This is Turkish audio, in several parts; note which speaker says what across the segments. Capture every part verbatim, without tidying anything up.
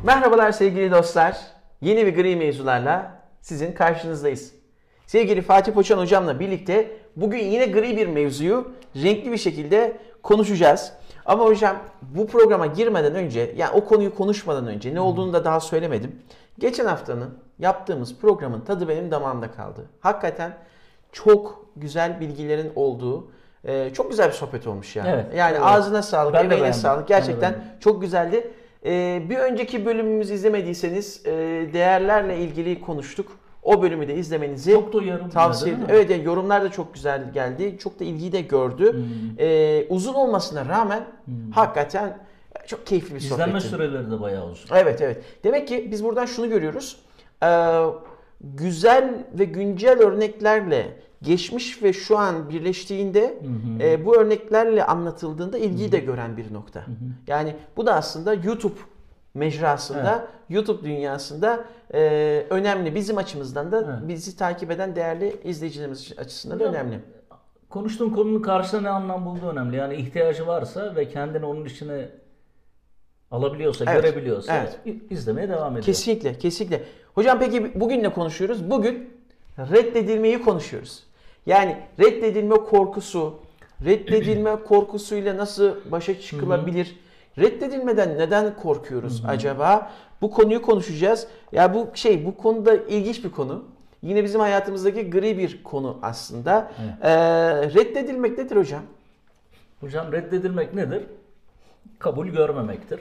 Speaker 1: Merhabalar sevgili dostlar. Yeni bir gri mevzularla sizin karşınızdayız. Sevgili Fatih Poçan hocamla birlikte bugün yine gri bir mevzuyu renkli bir şekilde konuşacağız. Ama hocam bu programa girmeden önce, yani o konuyu konuşmadan önce ne olduğunu da daha söylemedim. Geçen haftanın yaptığımız programın tadı benim damağımda kaldı. Hakikaten çok güzel bilgilerin olduğu, çok güzel bir sohbet olmuş yani.
Speaker 2: Evet,
Speaker 1: yani
Speaker 2: evet.
Speaker 1: ağzına sağlık,
Speaker 2: Ben
Speaker 1: emeğine sağlık. Gerçekten
Speaker 2: Ben
Speaker 1: çok güzeldi. Ee, bir önceki bölümümüzü izlemediyseniz e, değerlerle ilgili konuştuk. O bölümü de izlemenizi
Speaker 2: çok da yorum
Speaker 1: tavsiye ederim. Evet, yani yorumlar da çok güzel geldi. Çok da ilgiyi de gördü. Hmm. Ee, uzun olmasına rağmen hmm. hakikaten çok keyifli bir sohbetti.
Speaker 2: İzlenme süreleri de bayağı uzun.
Speaker 1: Evet evet. Demek ki biz buradan şunu görüyoruz. Ee, güzel ve güncel örneklerle geçmiş ve şu an birleştiğinde hı hı. E, bu örneklerle anlatıldığında ilgiyi hı hı. de gören bir nokta. Hı hı. Yani bu da aslında YouTube mecrasında, evet. YouTube dünyasında e, önemli. Bizim açımızdan da evet. bizi takip eden değerli izleyicilerimiz açısından da önemli.
Speaker 2: Konuştuğun konunun karşısında ne anlam bulduğu önemli. Yani ihtiyacı varsa ve kendini onun içine alabiliyorsa, evet. görebiliyorsa evet. izlemeye devam ediyor.
Speaker 1: Kesinlikle, kesinlikle. Hocam peki bugün ne konuşuyoruz? Bugün reddedilmeyi konuşuyoruz. Yani reddedilme korkusu, reddedilme korkusuyla nasıl başa çıkılabilir? Hı hı. Reddedilmeden neden korkuyoruz hı hı. acaba? Bu konuyu konuşacağız. Ya bu şey, bu konuda ilginç bir konu. Yine bizim hayatımızdaki gri bir konu aslında. Evet. Ee, reddedilmek nedir hocam?
Speaker 2: Hocam reddedilmek nedir? Kabul görmemektir.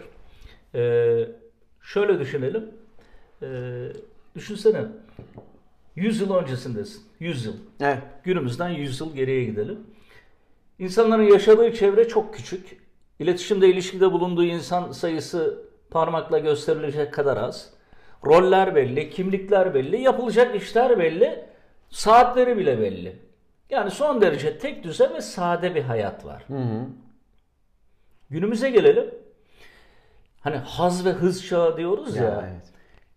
Speaker 2: Ee, şöyle düşünelim. Ee, düşünsene. yüz yıl öncesindesin. yüz yıl.
Speaker 1: Evet.
Speaker 2: Günümüzden yüz yıl geriye gidelim. İnsanların yaşadığı çevre çok küçük. İletişimde, ilişkide bulunduğu insan sayısı parmakla gösterilecek kadar az. Roller belli, kimlikler belli, yapılacak işler belli, saatleri bile belli. Yani son derece tek düze ve sade bir hayat var. Hı hı. Günümüze gelelim. Hani haz ve hız çağı diyoruz ya. ya evet.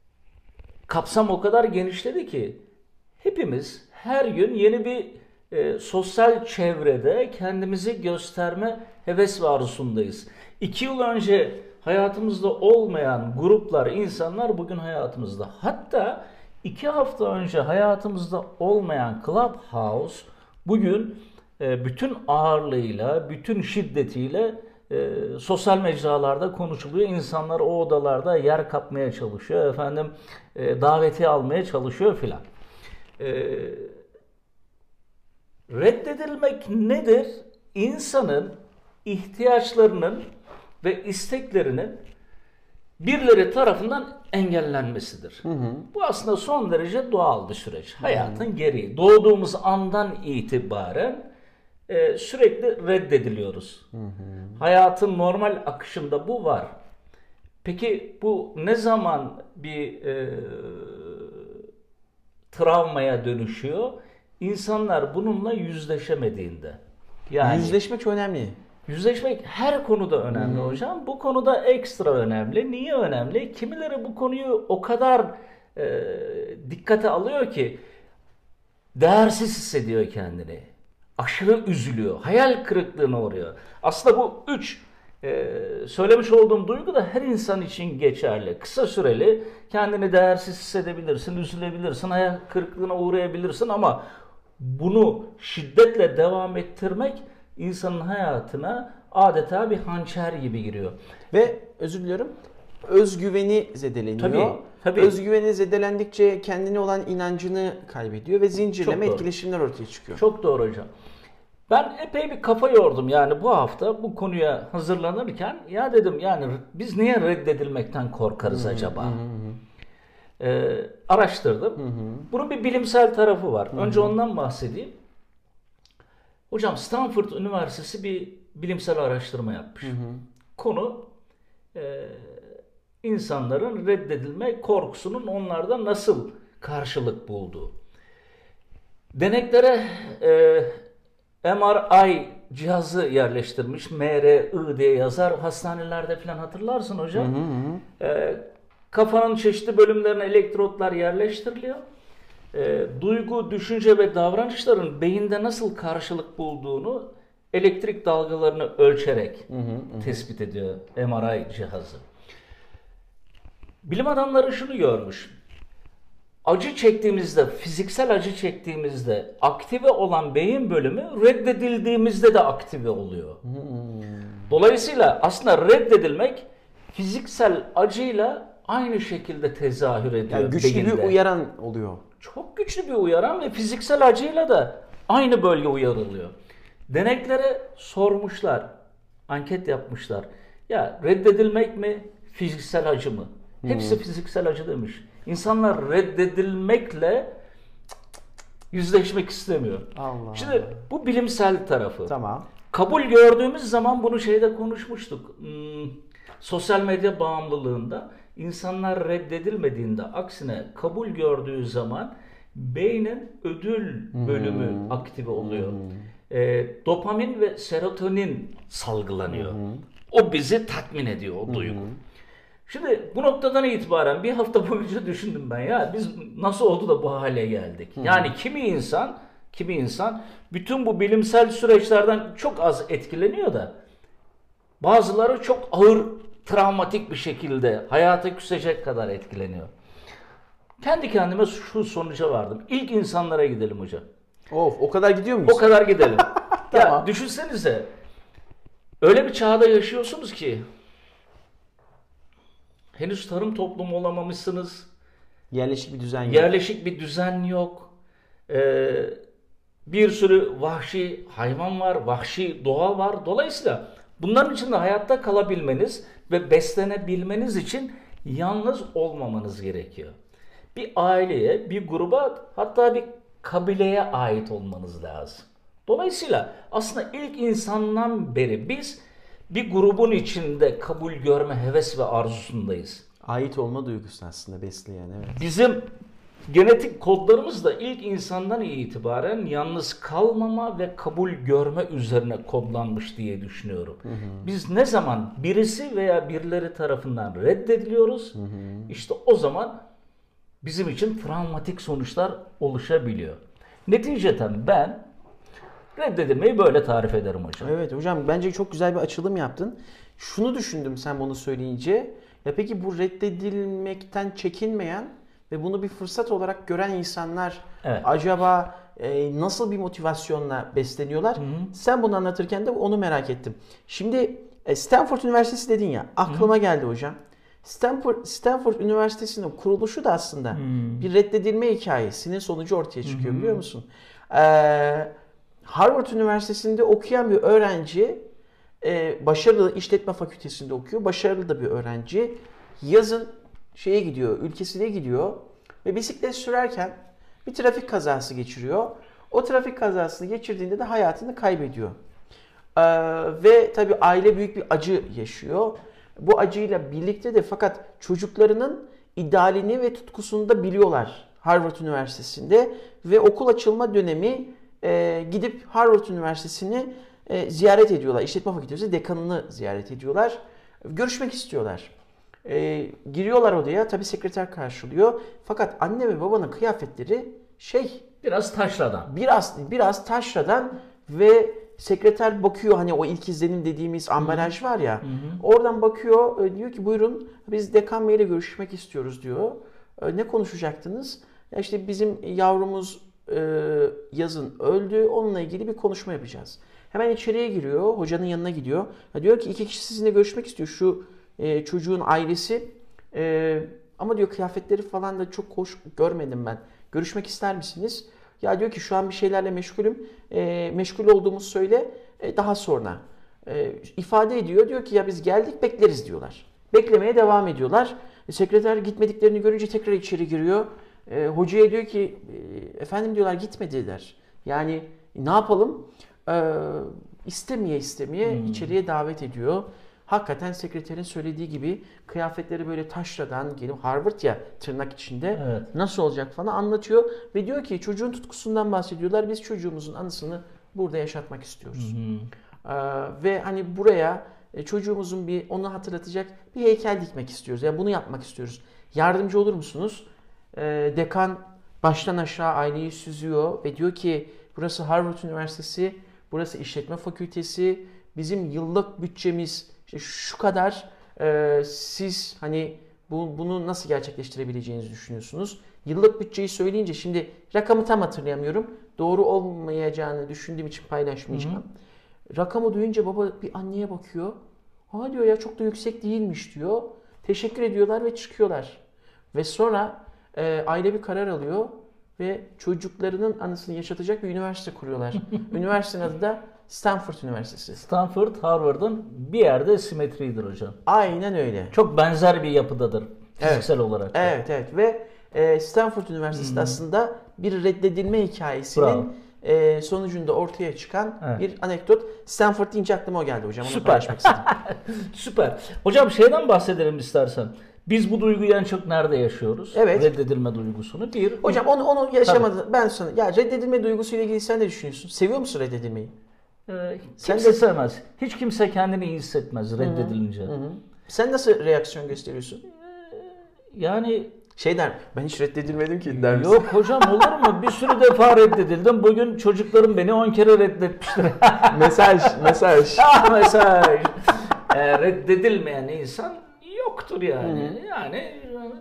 Speaker 2: Kapsam o kadar genişledi ki hepimiz her gün yeni bir e, sosyal çevrede kendimizi gösterme heves ve arzusundayız. İki yıl önce hayatımızda olmayan gruplar, insanlar bugün hayatımızda. Hatta iki hafta önce hayatımızda olmayan Clubhouse bugün e, bütün ağırlığıyla, bütün şiddetiyle e, sosyal mecralarda konuşuluyor. İnsanlar o odalarda yer kapmaya çalışıyor, efendim e, daveti almaya çalışıyor filan. E, reddedilmek nedir? İnsanın ihtiyaçlarının ve isteklerinin birileri tarafından engellenmesidir. Hı hı. Bu aslında son derece doğal bir süreç. Hayatın hı hı. gereği. Doğduğumuz andan itibaren e, sürekli reddediliyoruz. Hı hı. Hayatın normal akışında bu var. Peki bu ne zaman bir e, travmaya dönüşüyor? İnsanlar bununla yüzleşemediğinde.
Speaker 1: Yani yüzleşmek çok önemli.
Speaker 2: Yüzleşmek her konuda önemli hmm. hocam. Bu konuda ekstra önemli. Niye önemli? Kimileri bu konuyu o kadar e, dikkate alıyor ki değersiz hissediyor kendini. Aşırı üzülüyor. Hayal kırıklığına uğruyor. Aslında bu üç e, söylemiş olduğum duygu da her insan için geçerli. Kısa süreli kendini değersiz hissedebilirsin, üzülebilirsin, hayal kırıklığına uğrayabilirsin ama bunu şiddetle devam ettirmek insanın hayatına adeta bir hançer gibi giriyor.
Speaker 1: Ve özür diliyorum, özgüveni zedeleniyor.
Speaker 2: Tabii, tabii.
Speaker 1: Özgüveni zedelendikçe kendine olan inancını kaybediyor ve zincirleme etkileşimler ortaya çıkıyor.
Speaker 2: Çok doğru hocam. Ben epey bir kafa yordum yani bu hafta bu konuya hazırlanırken. Ya dedim yani biz niye reddedilmekten korkarız acaba? Hı hı hı. Ee, araştırdım. Hı hı. Bunun bir bilimsel tarafı var. Hı hı. Önce ondan bahsedeyim. Hocam Stanford Üniversitesi bir bilimsel araştırma yapmış. Hı hı. Konu e, insanların reddedilme korkusunun onlarda nasıl karşılık bulduğu. Deneklere e, M R I cihazı yerleştirmiş. M R I diye yazar. Hastanelerde falan hatırlarsın hocam. Hı hı. E, kafanın çeşitli bölümlerine elektrotlar yerleştiriliyor. E, duygu, düşünce ve davranışların beyinde nasıl karşılık bulduğunu elektrik dalgalarını ölçerek hı hı hı. tespit ediyor M R I cihazı. Bilim adamları şunu görmüş. Acı çektiğimizde, fiziksel acı çektiğimizde aktive olan beyin bölümü reddedildiğimizde de aktive oluyor. Hmm. Dolayısıyla aslında reddedilmek fiziksel acıyla aynı şekilde tezahür ediyor
Speaker 1: yani güçlü
Speaker 2: beyinde.
Speaker 1: bir uyaran oluyor.
Speaker 2: Çok güçlü bir uyaran ve fiziksel acıyla da aynı bölge uyarılıyor. Deneklere sormuşlar, anket yapmışlar. Ya reddedilmek mi, fiziksel acı mı? Hepsi hmm. fiziksel acı demiş. İnsanlar reddedilmekle yüzleşmek istemiyor.
Speaker 1: Allah
Speaker 2: Şimdi
Speaker 1: Allah.
Speaker 2: bu bilimsel tarafı.
Speaker 1: Tamam.
Speaker 2: Kabul gördüğümüz zaman bunu şeyde konuşmuştuk. Hmm, sosyal medya bağımlılığında insanlar reddedilmediğinde aksine kabul gördüğü zaman beynin ödül bölümü hmm. aktive oluyor. Hmm. E, dopamin ve serotonin salgılanıyor. Hmm. O bizi tatmin ediyor, o duygu. Hmm. Şimdi bu noktadan itibaren bir hafta boyunca düşündüm ben ya biz nasıl oldu da bu hale geldik? Hmm. Yani kimi insan, kimi insan bütün bu bilimsel süreçlerden çok az etkileniyor da bazıları çok ağır, travmatik bir şekilde hayata küsecek kadar etkileniyor. Kendi kendime şu sonuca vardım. İlk insanlara gidelim hocam.
Speaker 1: Of, o kadar gidiyor muyuz?
Speaker 2: O kadar gidelim.
Speaker 1: Tamam.
Speaker 2: Ya düşünsenize. Öyle bir çağda yaşıyorsunuz ki henüz tarım toplumu olamamışsınız.
Speaker 1: Yerleşik bir düzen yok.
Speaker 2: Yerleşik bir düzen yok. Ee, bir sürü vahşi hayvan var, vahşi doğa var. Dolayısıyla bunların içinde hayatta kalabilmeniz ve beslenebilmeniz için yalnız olmamanız gerekiyor. Bir aileye, bir gruba, hatta bir kabileye ait olmanız lazım. Dolayısıyla aslında ilk insandan beri biz bir grubun içinde kabul görme heves ve arzusundayız.
Speaker 1: Ait olma duygusu aslında besleyen, evet.
Speaker 2: Bizim genetik kodlarımız da ilk insandan itibaren yalnız kalmama ve kabul görme üzerine kodlanmış diye düşünüyorum. Hı hı. Biz ne zaman birisi veya birileri tarafından reddediliyoruz, hı hı. işte o zaman bizim için travmatik sonuçlar oluşabiliyor. Neticeten ben reddedilmeyi böyle tarif ederim hocam.
Speaker 1: Evet hocam, bence çok güzel bir açılım yaptın. Şunu düşündüm sen bunu söyleyince. Ya peki bu reddedilmekten çekinmeyen ve bunu bir fırsat olarak gören insanlar evet. acaba e, nasıl bir motivasyonla besleniyorlar? Hı hı. Sen bunu anlatırken de onu merak ettim. Şimdi e, Stanford Üniversitesi dedin ya, aklıma hı hı. geldi hocam. Stanford, Stanford Üniversitesi'nin kuruluşu da aslında hmm. bir reddedilme hikayesinin sonucu ortaya çıkıyor, hmm. biliyor musun? Ee, Harvard Üniversitesi'nde okuyan bir öğrenci, e, başarılı işletme fakültesinde okuyor, başarılı da bir öğrenci. Yazın şeye gidiyor, ülkesine gidiyor ve bisiklet sürerken bir trafik kazası geçiriyor. O trafik kazasını geçirdiğinde de hayatını kaybediyor. Ee, ve tabii aile büyük bir acı yaşıyor. Bu acıyla birlikte de fakat çocuklarının idealini ve tutkusunu da biliyorlar Harvard Üniversitesi'nde ve okul açılma dönemi e, gidip Harvard Üniversitesi'ni e, ziyaret ediyorlar. İşletme Fakültesi dekanını ziyaret ediyorlar. Görüşmek istiyorlar. E, giriyorlar odaya. Tabii sekreter karşılıyor. Fakat anne ve babanın kıyafetleri şey
Speaker 2: biraz taşradan.
Speaker 1: Biraz biraz taşradan ve sekreter bakıyor, hani o ilk izlenim dediğimiz ambalaj var ya, hı hı. oradan bakıyor, diyor ki buyurun biz dekan beyle görüşmek istiyoruz diyor. Ne konuşacaktınız? Ya işte bizim yavrumuz yazın öldü, onunla ilgili bir konuşma yapacağız. Hemen içeriye giriyor, hocanın yanına gidiyor. Diyor ki iki kişi sizinle görüşmek istiyor, şu çocuğun ailesi. Ama diyor kıyafetleri falan da çok hoş görmedim ben. Görüşmek ister misiniz? Ya diyor ki şu an bir şeylerle meşgulüm, e, meşgul olduğumuzu söyle, e, daha sonra. E, ifade ediyor, diyor ki ya biz geldik bekleriz diyorlar. Beklemeye devam ediyorlar. E, sekreter gitmediklerini görünce tekrar içeri giriyor. E, hocaya diyor ki e, efendim diyorlar gitmediler. Yani ne yapalım? E, istemeye istemeye hmm. içeriye davet ediyor. Hakikaten sekreterin söylediği gibi kıyafetleri böyle taşradan gelip Harvard ya tırnak içinde evet. nasıl olacak falan anlatıyor. Ve diyor ki çocuğun tutkusundan bahsediyorlar. Biz çocuğumuzun anısını burada yaşatmak istiyoruz. Hı hı. Ee, ve hani buraya çocuğumuzun bir onu hatırlatacak bir heykel dikmek istiyoruz. Yani bunu yapmak istiyoruz. Yardımcı olur musunuz? Ee, dekan baştan aşağı aileyi süzüyor ve diyor ki burası Harvard Üniversitesi, burası işletme fakültesi, bizim yıllık bütçemiz İşte şu kadar e, siz hani Bu, bunu nasıl gerçekleştirebileceğinizi düşünüyorsunuz? Yıllık bütçeyi söyleyince şimdi rakamı tam hatırlayamıyorum. Doğru olmayacağını düşündüğüm için paylaşmayacağım. Hı-hı. Rakamı duyunca baba bir anneye bakıyor. Ha diyor ya çok da yüksek değilmiş diyor. Teşekkür ediyorlar ve çıkıyorlar. Ve sonra e, aile bir karar alıyor ve çocuklarının anısını yaşatacak bir üniversite kuruyorlar. Üniversitenin adı da Stanford Üniversitesi.
Speaker 2: Stanford, Harvard'ın bir yerde simetridir hocam.
Speaker 1: Aynen öyle.
Speaker 2: Çok benzer bir yapıdadır fiziksel
Speaker 1: evet.
Speaker 2: olarak da.
Speaker 1: Evet, evet ve e, Stanford Üniversitesi hmm. aslında bir reddedilme hikayesinin e, sonucunda ortaya çıkan evet. bir anekdot. Stanford deyince aklıma o geldi hocam. Onu
Speaker 2: Süper.
Speaker 1: paylaşmak istedim.
Speaker 2: Süper. Hocam şeyden bahsedelim istersen. Biz bu duyguyu en çok nerede yaşıyoruz?
Speaker 1: Evet.
Speaker 2: Reddedilme duygusunu. Bir.
Speaker 1: Hocam onu onu yaşamadım. Tabii. Ben sana ya reddedilme duygusuyla ilgili sen ne düşünüyorsun? Seviyor musun reddedilmeyi?
Speaker 2: Ee, kimse Sen de sevmez. Hiç kimse kendini iyi hissetmez reddedilince. Hı hı.
Speaker 1: Sen nasıl reaksiyon gösteriyorsun?
Speaker 2: Ee, yani
Speaker 1: şey der, ben hiç reddedilmedim ki der misin?
Speaker 2: Yok hocam olur mu? Bir sürü defa reddedildim. Bugün çocuklarım beni on kere reddetmiştir.
Speaker 1: mesaj, mesaj.
Speaker 2: Ah mesaj. Ee, reddedilmeyen insan yoktur yani. Hı-hı. Yani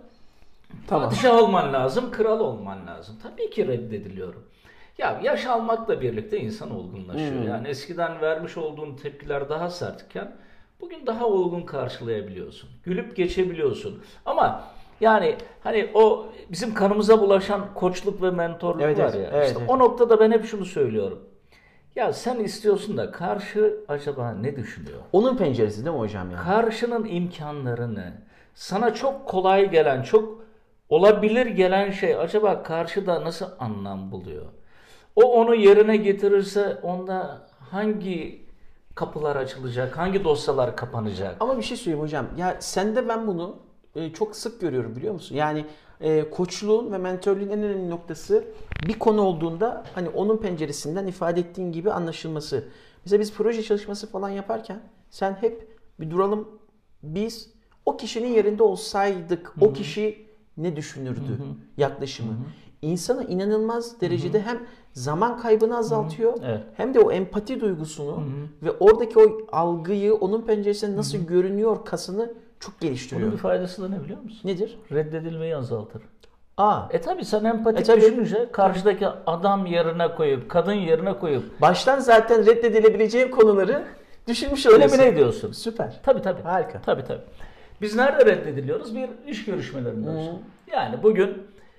Speaker 2: tamam. Padişah olman lazım, kral olman lazım. Tabii ki reddediliyorum. Ya yaş almakla birlikte insan olgunlaşıyor. Hmm. Yani eskiden vermiş olduğun tepkiler daha sertken bugün daha olgun karşılayabiliyorsun. Gülüp geçebiliyorsun. Ama yani hani o bizim kanımıza bulaşan koçluk ve mentorluk evet, var ya. Evet, işte evet. O noktada ben hep şunu söylüyorum. Ya sen istiyorsun da karşı acaba ne düşünüyor?
Speaker 1: Onun penceresi değil mi hocam yani?
Speaker 2: Karşının imkanlarını, sana çok kolay gelen, çok olabilir gelen şey acaba karşıda nasıl anlam buluyor? O onu yerine getirirse onda hangi kapılar açılacak, hangi dosyalar kapanacak?
Speaker 1: Ama bir şey söyleyeyim hocam. Ya sende ben bunu e, çok sık görüyorum biliyor musun? Yani e, koçluğun ve mentörlüğün en önemli noktası bir konu olduğunda hani onun penceresinden ifade ettiğin gibi anlaşılması. Mesela biz proje çalışması falan yaparken sen hep bir duralım biz o kişinin yerinde olsaydık Hı-hı. o kişi ne düşünürdü Hı-hı. yaklaşımı. Hı-hı. İnsana inanılmaz derecede Hı-hı. hem zaman kaybını azaltıyor
Speaker 2: evet.
Speaker 1: hem de o empati duygusunu Hı-hı. ve oradaki o algıyı onun penceresinden nasıl Hı-hı. görünüyor kasını çok geliştiriyor.
Speaker 2: Bunun bir faydası da ne biliyor musun?
Speaker 1: Nedir?
Speaker 2: Reddedilmeyi azaltır.
Speaker 1: Aa.
Speaker 2: E tabi sen empatik
Speaker 1: e, tabii.
Speaker 2: düşününce karşıdaki adam yerine koyup, kadın yerine koyup
Speaker 1: baştan zaten reddedilebileceği konuları düşünmüş oluyorsun.
Speaker 2: Elimine ediyorsun.
Speaker 1: Süper.
Speaker 2: Tabii tabii.
Speaker 1: Harika.
Speaker 2: Tabii tabii. Biz nerede reddediliyoruz? Bir iş görüşmelerinde. Hmm. Yani bugün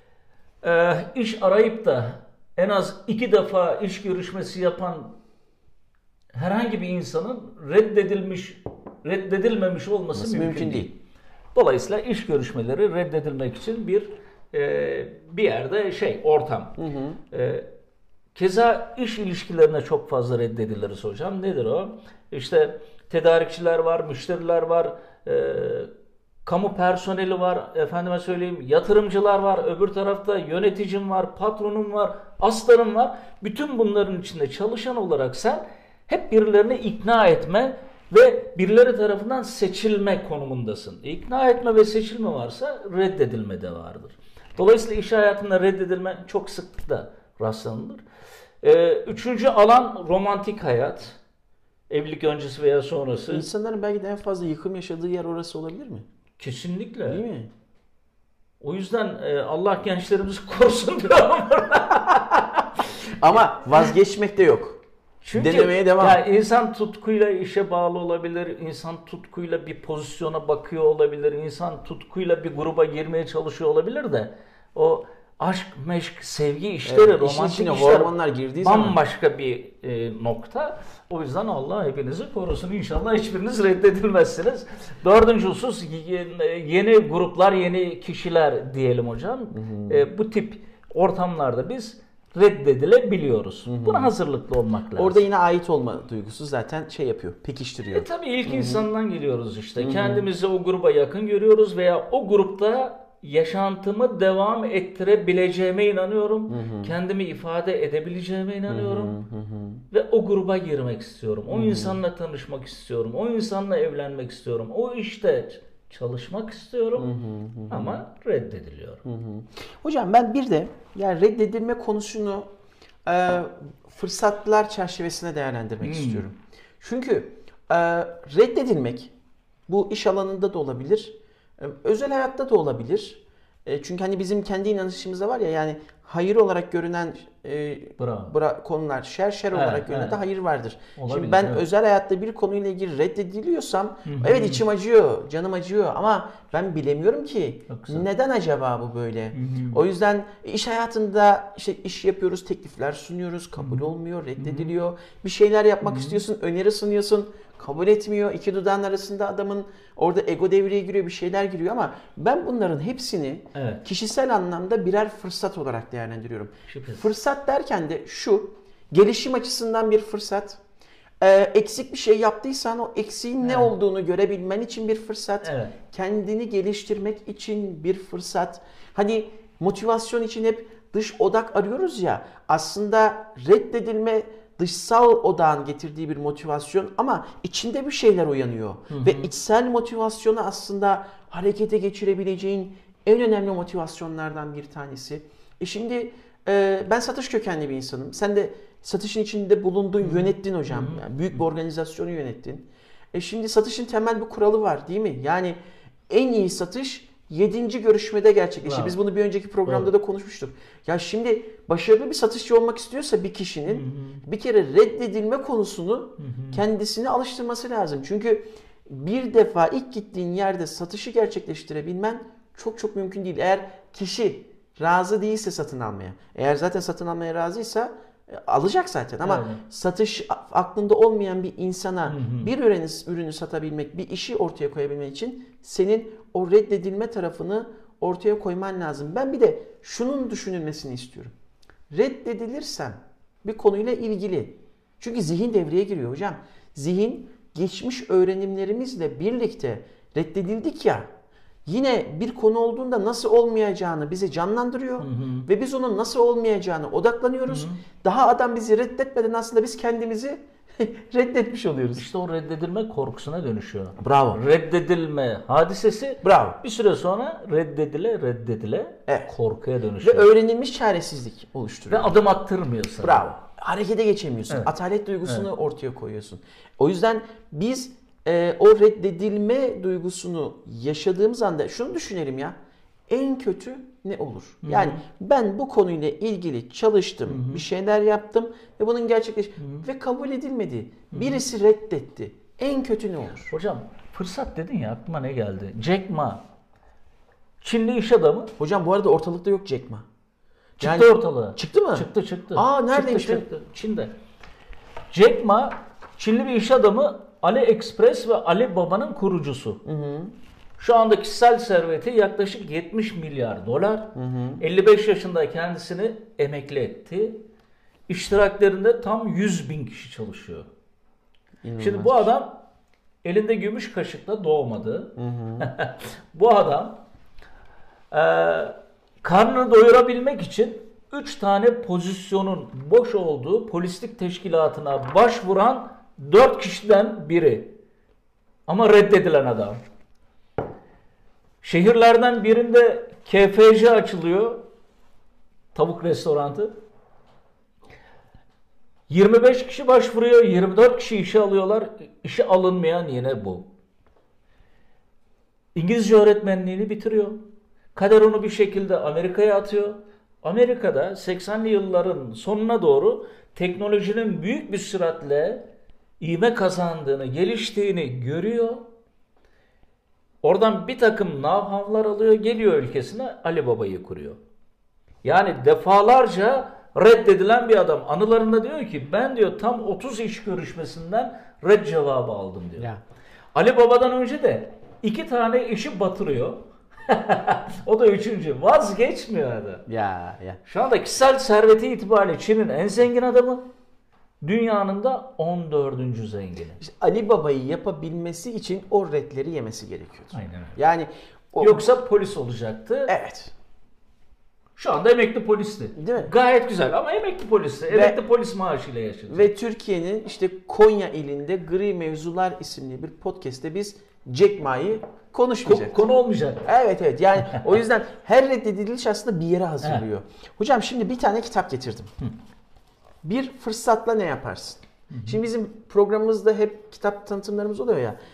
Speaker 2: e, iş arayıp da en az iki defa iş görüşmesi yapan herhangi bir insanın reddedilmiş, reddedilmemiş olması mümkün, mümkün değil. değil. Dolayısıyla iş görüşmeleri reddedilmek için bir e, bir yerde şey ortam. Hı hı. E, keza iş ilişkilerine çok fazla reddediliriz hocam. Nedir o? İşte tedarikçiler var, müşteriler var, e, kamu personeli var, efendime söyleyeyim yatırımcılar var, öbür tarafta yöneticim var, patronum var, aslanım var. Bütün bunların içinde çalışan olarak sen hep birilerini ikna etme ve birileri tarafından seçilme konumundasın. İkna etme ve seçilme varsa reddedilme de vardır. Dolayısıyla iş hayatında reddedilme çok sıklıkla rastlanılır. Ee, üçüncü alan romantik hayat. Evlilik öncesi veya sonrası.
Speaker 1: İnsanların belki de en fazla yıkım yaşadığı yer orası olabilir mi?
Speaker 2: Kesinlikle.
Speaker 1: Değil mi?
Speaker 2: O yüzden e, Allah gençlerimizi korusun diyorum.
Speaker 1: Ama vazgeçmek de yok.
Speaker 2: Çünkü
Speaker 1: denemeye devam.
Speaker 2: Yani insan tutkuyla işe bağlı olabilir, insan tutkuyla bir pozisyona bakıyor olabilir, insan tutkuyla bir gruba girmeye çalışıyor olabilir de o aşk, meşk, sevgi işleri, evet, romantik işler
Speaker 1: hormonlar girdiği
Speaker 2: bambaşka
Speaker 1: zaman.
Speaker 2: bir e, nokta. O yüzden Allah hepinizi korusun. İnşallah hiçbiriniz reddedilmezsiniz. Dördüncü husus yeni gruplar, yeni kişiler diyelim hocam. Hı hı. E, bu tip ortamlarda biz reddedilebiliyoruz. Hı hı. Buna hazırlıklı olmak lazım.
Speaker 1: Orada yine ait olma duygusu zaten şey yapıyor, pekiştiriyor.
Speaker 2: E tabii ilk Hı-hı. insandan geliyoruz işte. Hı-hı. Kendimizi o gruba yakın görüyoruz veya o grupta yaşantımı devam ettirebileceğime inanıyorum. Hı-hı. Kendimi ifade edebileceğime inanıyorum. Hı-hı. Hı-hı. Ve o gruba girmek istiyorum. O Hı-hı. insanla tanışmak istiyorum. O insanla evlenmek istiyorum. O işte çalışmak istiyorum. Hı hı hı. Ama reddediliyorum. Hı hı.
Speaker 1: Hocam ben bir de yani reddedilme konusunu e, fırsatlar çerçevesine değerlendirmek hı. istiyorum. Çünkü e, reddedilmek bu iş alanında da olabilir, Özel hayatta da olabilir. E, çünkü hani bizim kendi inanışımızda var ya, yani hayır olarak görünen e, bra- konular şer şer
Speaker 2: Evet,
Speaker 1: olarak görünen
Speaker 2: evet.
Speaker 1: de hayır vardır.
Speaker 2: Olabilir,
Speaker 1: Şimdi ben
Speaker 2: evet.
Speaker 1: özel hayatta bir konuyla ilgili reddediliyorsam
Speaker 2: Hı hı.
Speaker 1: evet içim acıyor, canım acıyor ama ben bilemiyorum ki
Speaker 2: Çok güzel.
Speaker 1: neden acaba bu böyle?
Speaker 2: Hı hı.
Speaker 1: O yüzden iş hayatında işte iş yapıyoruz, teklifler sunuyoruz, kabul olmuyor, reddediliyor. Bir şeyler yapmak istiyorsun, öneri sunuyorsun, kabul etmiyor. İki dudağın arasında adamın orada ego devreye giriyor, bir şeyler giriyor ama ben bunların hepsini
Speaker 2: Evet.
Speaker 1: kişisel anlamda birer fırsat olarak değerlendiriyorum.
Speaker 2: Şüphesiz.
Speaker 1: Fırsat derken de şu, gelişim açısından bir fırsat. Ee, eksik bir şey yaptıysan o eksiğin ne
Speaker 2: Evet.
Speaker 1: olduğunu görebilmen için bir fırsat.
Speaker 2: Evet.
Speaker 1: Kendini geliştirmek için bir fırsat. Hani motivasyon için hep dış odak arıyoruz ya. Aslında reddedilme dışsal odağın getirdiği bir motivasyon ama içinde bir şeyler uyanıyor. Ve içsel motivasyonu aslında harekete geçirebileceğin en önemli motivasyonlardan bir tanesi. E şimdi e, ben satış kökenli bir insanım. Sen de satışın içinde bulundun, yönettin hocam. Yani büyük bir organizasyonu yönettin. E şimdi satışın temel bir kuralı var değil mi? Yani en iyi satış yedinci görüşmede gerçekleşir.
Speaker 2: Bravo.
Speaker 1: Biz bunu bir önceki programda
Speaker 2: Doğru.
Speaker 1: da konuşmuştuk. Ya şimdi başarılı bir satışçı olmak istiyorsa bir kişinin bir kere reddedilme konusunu kendisine alıştırması lazım. Çünkü bir defa ilk gittiğin yerde satışı gerçekleştirebilmen çok çok mümkün değil. Eğer kişi razı değilse satın almaya, eğer zaten satın almaya razıysa e, alacak zaten ama
Speaker 2: Evet.
Speaker 1: satış a- aklında olmayan bir insana bir ürünü, ürünü satabilmek, bir işi ortaya koyabilmek için senin o reddedilme tarafını ortaya koyman lazım. Ben bir de şunun düşünülmesini istiyorum. Reddedilirsem bir konuyla ilgili, çünkü zihin devreye giriyor hocam. Zihin geçmiş öğrenimlerimizle birlikte reddedildik ya, yine bir konu olduğunda nasıl olmayacağını bize canlandırıyor ve biz onun nasıl olmayacağını odaklanıyoruz. Daha adam bizi reddetmeden aslında biz kendimizi reddetmiş oluyoruz.
Speaker 2: İşte o reddedilme korkusuna dönüşüyor.
Speaker 1: Bravo.
Speaker 2: Reddedilme hadisesi
Speaker 1: Bravo.
Speaker 2: bir süre sonra reddedile reddedile
Speaker 1: Evet.
Speaker 2: korkuya
Speaker 1: Ve
Speaker 2: dönüşüyor. Ve,
Speaker 1: öğrenilmiş çaresizlik oluşturuyor.
Speaker 2: adım attırmıyor sana.
Speaker 1: Bravo. Harekete geçemiyorsun.
Speaker 2: Evet.
Speaker 1: Atalet duygusunu ortaya koyuyorsun. O yüzden biz e, o reddedilme duygusunu yaşadığımız anda şunu düşünelim ya. En kötü ne olur? Yani ben bu konuyla ilgili çalıştım, bir şeyler yaptım ve bunun gerçekleş ve kabul edilmedi. Birisi reddetti. En kötü ne olur?
Speaker 2: Hocam fırsat dedin ya, aklıma ne geldi? Jack Ma. Çinli iş adamı.
Speaker 1: Hocam bu arada ortalıkta yok Jack Ma.
Speaker 2: Çıktı
Speaker 1: Yani-
Speaker 2: ortalığa.
Speaker 1: Çıktı mı?
Speaker 2: Çıktı çıktı.
Speaker 1: Aa, neredeymiş
Speaker 2: Çıktı,
Speaker 1: lan?
Speaker 2: çıktı. Çin'de. Jack Ma, Çinli bir iş adamı, AliExpress ve Alibaba'nın kurucusu. Şu anda kişisel serveti yaklaşık yetmiş milyar dolar. elli beş yaşında kendisini emekli etti. İştiraklerinde tam yüz bin kişi çalışıyor.
Speaker 1: İnanılmaz.
Speaker 2: Şimdi bu adam elinde gümüş kaşıkla doğmadı. Bu adam e, karnını doyurabilmek için üç tane pozisyonun boş olduğu polislik teşkilatına başvuran dört kişiden biri. Ama reddedilen adam. Şehirlerden birinde K F C açılıyor. Tavuk restoranı. yirmi beş kişi başvuruyor, yirmi dört kişi işe alıyorlar. İşe alınmayan yine bu. İngilizce öğretmenliğini bitiriyor. Kader onu bir şekilde Amerika'ya atıyor. Amerika'da seksenli yılların sonuna doğru teknolojinin büyük bir süratle ivme kazandığını, geliştiğini görüyor. Oradan bir takım know-how'lar alıyor, geliyor ülkesine, Alibaba'yı kuruyor. Yani defalarca reddedilen bir adam. Anılarında diyor ki ben diyor tam otuz iş görüşmesinden red cevabı aldım diyor.
Speaker 1: Ya.
Speaker 2: Alibaba'dan önce de iki tane işi batırıyor. O da üçüncü. Vazgeçmiyor adam.
Speaker 1: Ya ya.
Speaker 2: Şu anda kişisel serveti itibariyle Çin'in en zengin adamı. Dünyanın da on dördüncü zengini.
Speaker 1: İşte Ali Baba'yı yapabilmesi için o redleri yemesi gerekiyordu.
Speaker 2: Aynen öyle.
Speaker 1: Yani o,
Speaker 2: Yoksa polis olacaktı.
Speaker 1: evet.
Speaker 2: Şu anda emekli polisti.
Speaker 1: Değil mi?
Speaker 2: Gayet güzel ama emekli polisti. Emekli polis maaşıyla yaşayacak.
Speaker 1: Ve Türkiye'nin işte Konya ilinde Gri Mevzular isimli bir podcast'te biz Jack Ma'yı konuşmayacağız.
Speaker 2: Ko- konu olmayacak.
Speaker 1: Evet evet, yani o yüzden her reddediliş aslında bir yere hazırlıyor. Hocam şimdi bir tane kitap getirdim. Bir fırsatla ne yaparsın? Şimdi bizim programımızda hep kitap tanıtımlarımız oluyor ya.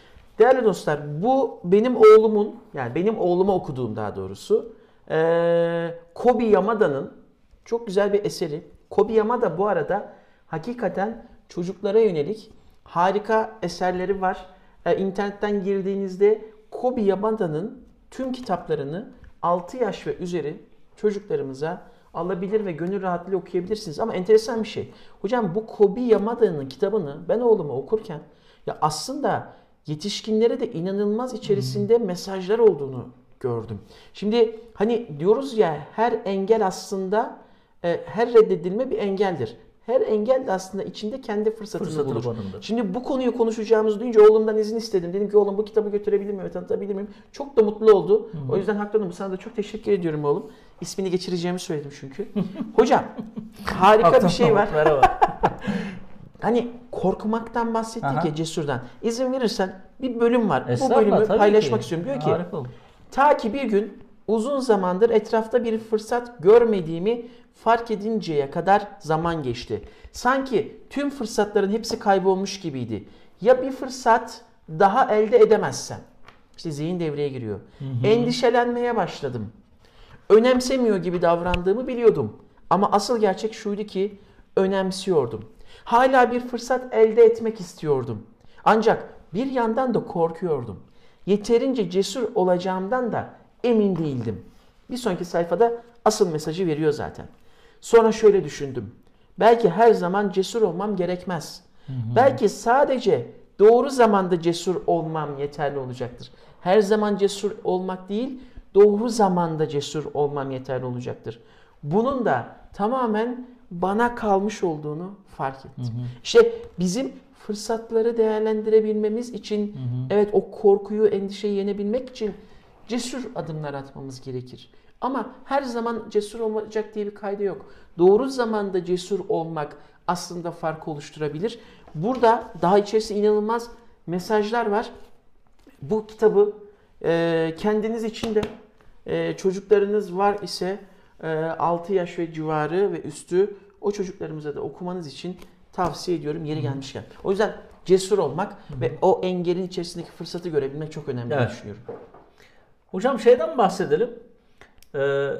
Speaker 1: Değerli dostlar, bu benim oğlumun, yani benim oğluma okuduğum daha doğrusu ee, Kobi Yamada'nın çok güzel bir eseri. Kobi Yamada bu arada hakikaten çocuklara yönelik harika eserleri var. Ee, internetten girdiğinizde Kobi Yamada'nın tüm kitaplarını altı yaş ve üzeri çocuklarımıza alabilir ve gönül rahatlığıyla okuyabilirsiniz. Ama enteresan bir şey. Hocam bu Kobi Yamada'nın kitabını ben oğluma okurken ya aslında yetişkinlere de inanılmaz içerisinde hmm. mesajlar olduğunu gördüm. Şimdi hani diyoruz ya her engel aslında e, her reddedilme bir engeldir. Her engel de aslında içinde kendi fırsatını, fırsatını bulur. Barındır. Şimdi bu konuyu konuşacağımızı duyunca oğlumdan izin istedim. Dedim ki oğlum bu kitabı götürebilir miyim, tanıtabilir miyim? Çok da mutlu oldu. Hı-hı. O yüzden haklı sana da çok teşekkür ediyorum oğlum. İsmini geçireceğimi söyledim çünkü. Hocam harika bir şey var. Merhaba. Hani korkmaktan bahsettik Aha. ya cesurdan. İzin verirsen bir bölüm var. Bu bölümü paylaşmak ki. istiyorum. Diyor ki harika. Ta ki bir gün uzun zamandır etrafta bir fırsat görmediğimi fark edinceye kadar zaman geçti. Sanki tüm fırsatların hepsi kaybolmuş gibiydi. Ya bir fırsat daha elde edemezsem? İşte zihin devreye giriyor. Hı hı. Endişelenmeye başladım. Önemsemiyor gibi davrandığımı biliyordum. Ama asıl gerçek şuydu ki önemsiyordum. Hala bir fırsat elde etmek istiyordum. Ancak bir yandan da korkuyordum. Yeterince cesur olacağımdan da emin değildim. Bir sonraki sayfada asıl mesajı veriyor zaten. Sonra şöyle düşündüm. Belki her zaman cesur olmam gerekmez. Hı hı. Belki sadece doğru zamanda cesur olmam yeterli olacaktır. Her zaman cesur olmak değil, doğru zamanda cesur olmam yeterli olacaktır. Bunun da tamamen bana kalmış olduğunu fark ettim. Hı hı. İşte bizim fırsatları değerlendirebilmemiz için, hı hı. evet o korkuyu, endişeyi yenebilmek için cesur adımlar atmamız gerekir. Ama her zaman cesur olacak diye bir kaydı yok. Doğru zamanda cesur olmak aslında fark oluşturabilir. Burada daha içerisinde inanılmaz mesajlar var. Bu kitabı e, kendiniz için de e, çocuklarınız var ise e, altı yaş ve civarı ve üstü o çocuklarımıza da okumanız için tavsiye ediyorum yeri gelmişken. O yüzden cesur olmak Hı-hı. ve o engelin içerisindeki fırsatı görebilmek çok önemli evet. düşünüyorum.
Speaker 2: Hocam şeyden bahsedelim. Ee,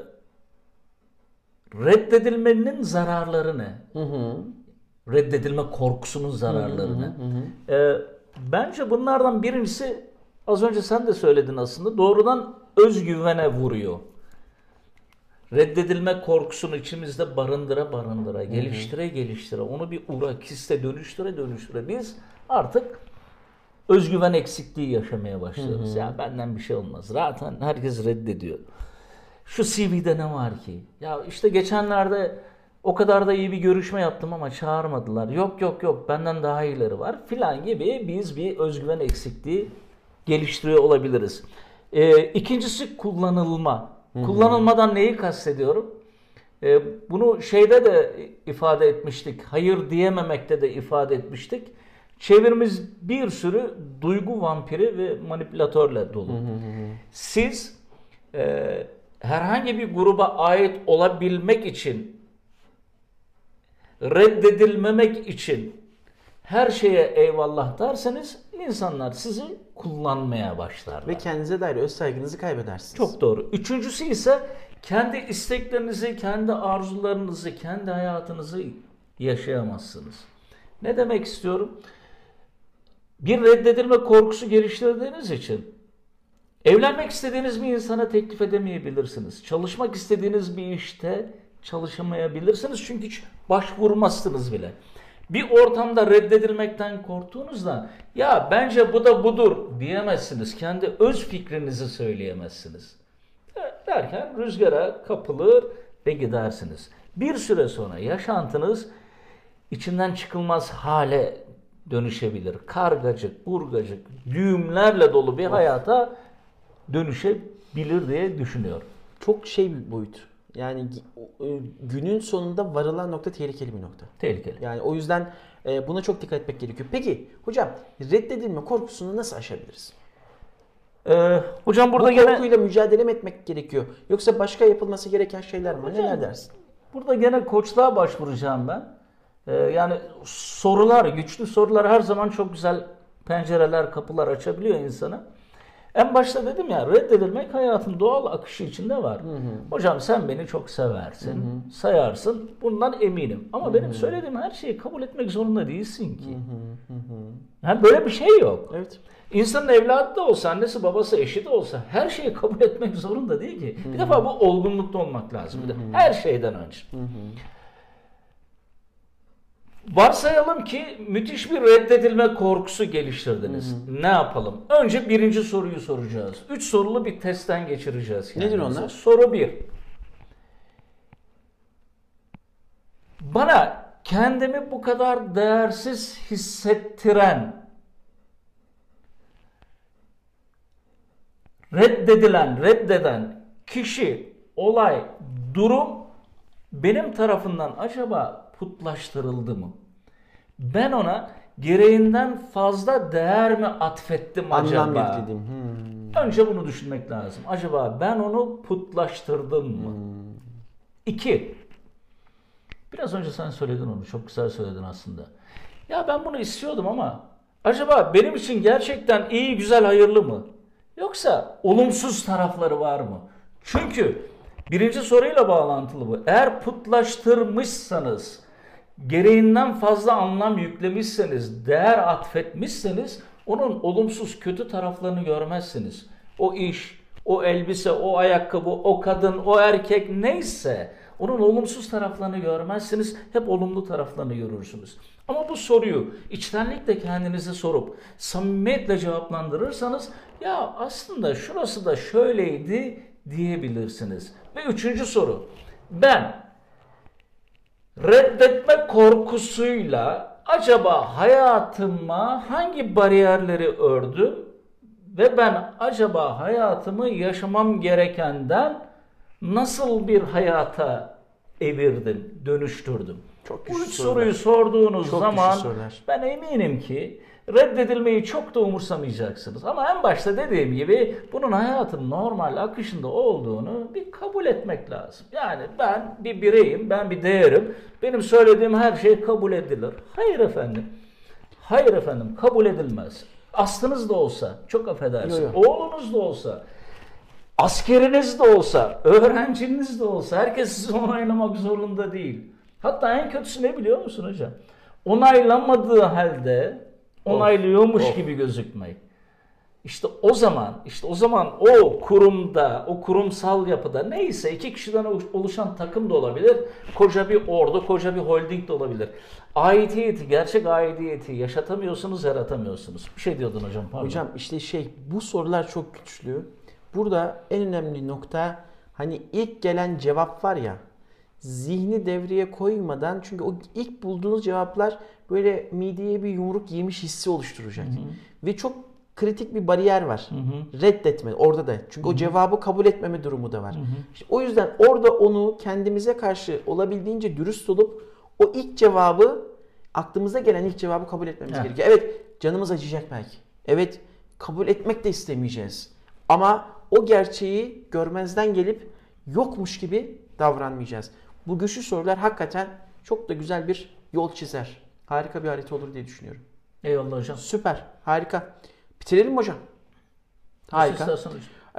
Speaker 2: reddedilmenin zararları ne? Hı hı. Reddedilme korkusunun zararları ne? Ee, bence bunlardan birincisi az önce sen de söyledin aslında doğrudan özgüvene vuruyor. Reddedilme korkusunu içimizde barındıra barındıra, geliştire geliştire, onu bir uğrak hisse dönüştüre dönüştüre biz artık özgüven eksikliği yaşamaya başlıyoruz. Hı hı. Ya benden bir şey olmaz. Zaten herkes reddediyor. Şu C V'de ne var ki? Ya işte geçenlerde o kadar da iyi bir görüşme yaptım ama çağırmadılar. Yok yok yok benden daha iyileri var filan gibi biz bir özgüven eksikliği geliştiriyor olabiliriz. Ee, ikincisi kullanılma. Hı-hı. Kullanılmadan neyi kastediyorum? Ee, bunu şeyde de ifade etmiştik. Hayır diyememekte de ifade etmiştik. Çevremiz bir sürü duygu vampiri ve manipülatörle dolu. Hı hı. Siz e, herhangi bir gruba ait olabilmek için, reddedilmemek için her şeye eyvallah derseniz insanlar sizi kullanmaya başlarlar.
Speaker 1: Ve kendinize dair öz saygınızı kaybedersiniz.
Speaker 2: Çok doğru. Üçüncüsü ise kendi isteklerinizi, kendi arzularınızı, kendi hayatınızı yaşayamazsınız. Ne demek istiyorum? Bir reddedilme korkusu geliştirdiğiniz için evlenmek istediğiniz bir insana teklif edemeyebilirsiniz. Çalışmak istediğiniz bir işte çalışamayabilirsiniz çünkü hiç başvurmazsınız bile. Bir ortamda reddedilmekten korktuğunuzda ya bence bu da budur diyemezsiniz. Kendi öz fikrinizi söyleyemezsiniz. Derken rüzgara kapılır ve gidersiniz. Bir süre sonra yaşantınız içinden çıkılmaz hale dönüşebilir. Kargacık, burgacık, düğümlerle dolu bir hayata dönüşebilir diye düşünüyorum.
Speaker 1: Çok şey bir boyut. Yani günün sonunda varılan nokta tehlikeli bir nokta.
Speaker 2: Tehlikeli.
Speaker 1: Yani o yüzden buna çok dikkat etmek gerekiyor. Peki hocam reddedilme korkusunu nasıl aşabiliriz?
Speaker 2: Ee, hocam burada
Speaker 1: Bu
Speaker 2: gene
Speaker 1: korkuyla mücadele mi etmek gerekiyor? Yoksa başka yapılması gereken şeyler mi? Neler dersin?
Speaker 2: Burada gene koçluğa başvuracağım ben. Ee, yani sorular, güçlü sorular her zaman çok güzel pencereler, kapılar açabiliyor insana. En başta dedim ya, reddedilmek hayatın doğal akışı içinde var. Hı hı. Hocam sen beni çok seversin, hı hı. sayarsın. Bundan eminim. Ama hı hı. benim söylediğim her şeyi kabul etmek zorunda değilsin ki. Hı hı. Hı hı. Yani böyle bir şey yok.
Speaker 1: Evet.
Speaker 2: İnsanın evladı da olsa, annesi, babası, eşi de olsa her şeyi kabul etmek zorunda değil ki. Hı hı. Bir defa bu olgunlukta olmak lazım. Hı hı. Her şeyden önce. Hı hı. Varsayalım ki müthiş bir reddedilme korkusu geliştirdiniz. Hı hı. Ne yapalım? Önce birinci soruyu soracağız. Üç sorulu bir testten geçireceğiz kendimize.
Speaker 1: Nedir onlar?
Speaker 2: Soru bir. Bana kendimi bu kadar değersiz hissettiren, reddedilen, reddeden kişi, olay, durum benim tarafından acaba putlaştırıldı mı? Ben ona gereğinden fazla değer mi atfettim acaba?
Speaker 1: Anlam yükledim. Hmm.
Speaker 2: Önce bunu düşünmek lazım. Acaba ben onu putlaştırdım mı? Hmm. İki. Biraz önce sen söyledin onu. Çok güzel söyledin aslında. Ya ben bunu istiyordum ama acaba benim için gerçekten iyi, güzel, hayırlı mı? Yoksa olumsuz tarafları var mı? Çünkü birinci soruyla bağlantılı bu. Eğer putlaştırmışsanız, gereğinden fazla anlam yüklemişseniz, değer atfetmişseniz onun olumsuz, kötü taraflarını görmezsiniz. O iş, o elbise, o ayakkabı, o kadın, o erkek neyse onun olumsuz taraflarını görmezsiniz. Hep olumlu taraflarını görürsünüz. Ama bu soruyu içtenlikle kendinize sorup samimiyetle cevaplandırırsanız ya aslında şurası da şöyleydi diyebilirsiniz. Ve üçüncü soru. Ben reddetme korkusuyla acaba hayatıma hangi bariyerleri ördüm ve ben acaba hayatımı yaşamam gerekenden nasıl bir hayata evirdim, dönüştürdüm?
Speaker 1: Çok
Speaker 2: Bu üç soruyu sorduğunuz
Speaker 1: çok
Speaker 2: zaman ben eminim ki reddedilmeyi çok da umursamayacaksınız. Ama en başta dediğim gibi bunun hayatın normal akışında olduğunu bir kabul etmek lazım. Yani ben bir bireyim, ben bir değerim. Benim söylediğim her şey kabul edilir. Hayır efendim. Hayır efendim, kabul edilmez. Aslınız da olsa, çok affedersin, yo, yo. oğlunuz da olsa, askeriniz de olsa, öğrenciniz de olsa herkes sizi onaylamak zorunda değil. Hatta en kötüsü ne biliyor musun hocam? Onaylanmadığı halde onaylıyormuş of, gibi gözükmek. İşte o zaman, işte o zaman o kurumda, o kurumsal yapıda neyse iki kişiden oluşan takım da olabilir, koca bir ordu, koca bir holding de olabilir. Aidiyeti, gerçek aidiyeti yaşatamıyorsunuz, yaratamıyorsunuz. Bir şey diyordun hocam, pardon.
Speaker 1: Hocam işte şey, bu sorular çok güçlü. Burada en önemli nokta hani ilk gelen cevap var ya, zihni devreye koymadan, çünkü o ilk bulduğunuz cevaplar böyle mideye bir yumruk yemiş hissi oluşturacak. Hı hı. Ve çok kritik bir bariyer var. Hı hı. Reddetme orada da. Çünkü hı hı. o cevabı kabul etmeme durumu da var. Hı hı. İşte o yüzden orada onu kendimize karşı olabildiğince dürüst olup o ilk cevabı, aklımıza gelen ilk cevabı kabul etmemiz evet. gerekiyor. Evet, canımız acıyacak belki. Evet, kabul etmek de istemeyeceğiz. Ama o gerçeği görmezden gelip yokmuş gibi davranmayacağız. Bu güçlü sorular hakikaten çok da güzel bir yol çizer. Harika bir harita olur diye düşünüyorum.
Speaker 2: Eyvallah hocam.
Speaker 1: Süper, harika. Bitirelim mi hocam? Harika.
Speaker 2: Hocam.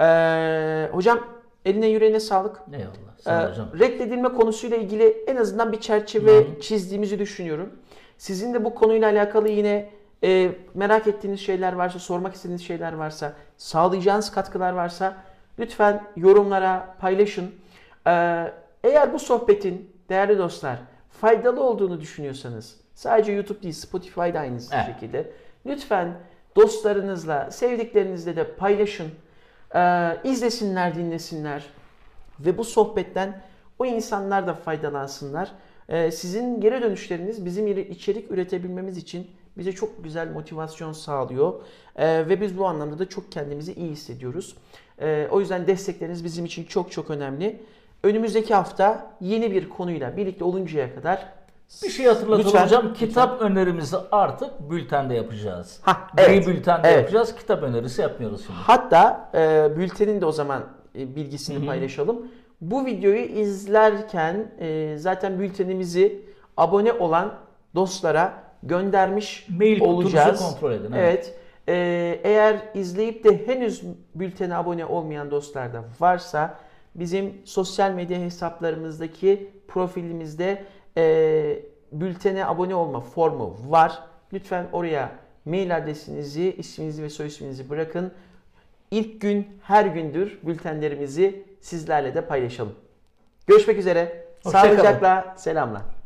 Speaker 1: Ee, hocam eline yüreğine sağlık.
Speaker 2: Eyvallah. Sağ ol hocam.
Speaker 1: Ee, reddedilme konusuyla ilgili en azından bir çerçeve Hı-hı. çizdiğimizi düşünüyorum. Sizin de bu konuyla alakalı yine e, merak ettiğiniz şeyler varsa, sormak istediğiniz şeyler varsa, sağlayacağınız katkılar varsa lütfen yorumlara paylaşın. Ee, eğer bu sohbetin değerli dostlar faydalı olduğunu düşünüyorsanız, sadece YouTube değil, Spotify'da aynı evet. şekilde lütfen dostlarınızla, sevdiklerinizle de paylaşın. Ee, izlesinler, dinlesinler ve bu sohbetten o insanlar da faydalansınlar. Ee, sizin geri dönüşleriniz bizim içerik üretebilmemiz için bize çok güzel motivasyon sağlıyor. Ee, ve biz bu anlamda da çok kendimizi iyi hissediyoruz. Ee, o yüzden destekleriniz bizim için çok çok önemli. Önümüzdeki hafta yeni bir konuyla birlikte oluncaya kadar
Speaker 2: bir şey hatırlatalım lütfen, hocam. Kitap lütfen. önerimizi artık bültende yapacağız.
Speaker 1: Ha, evet.
Speaker 2: Bir bültende
Speaker 1: evet.
Speaker 2: yapacağız. Kitap önerisi yapmıyoruz şimdi.
Speaker 1: Hatta e, bültenin de o zaman e, bilgisini Hı-hı. paylaşalım. Bu videoyu izlerken e, zaten bültenimizi abone olan dostlara göndermiş
Speaker 2: Mail kutunuzu
Speaker 1: olacağız.
Speaker 2: kontrol edin. Evet.
Speaker 1: Evet. Ee, eğer izleyip de henüz bültene abone olmayan dostlar da varsa bizim sosyal medya hesaplarımızdaki profilimizde e, bültene abone olma formu var. Lütfen oraya mail adresinizi, isminizi ve soy isminizi bırakın. İlk gün her gündür bültenlerimizi sizlerle de paylaşalım. Görüşmek üzere.
Speaker 2: Hoşça kalın.
Speaker 1: Sağlıcakla, selamla.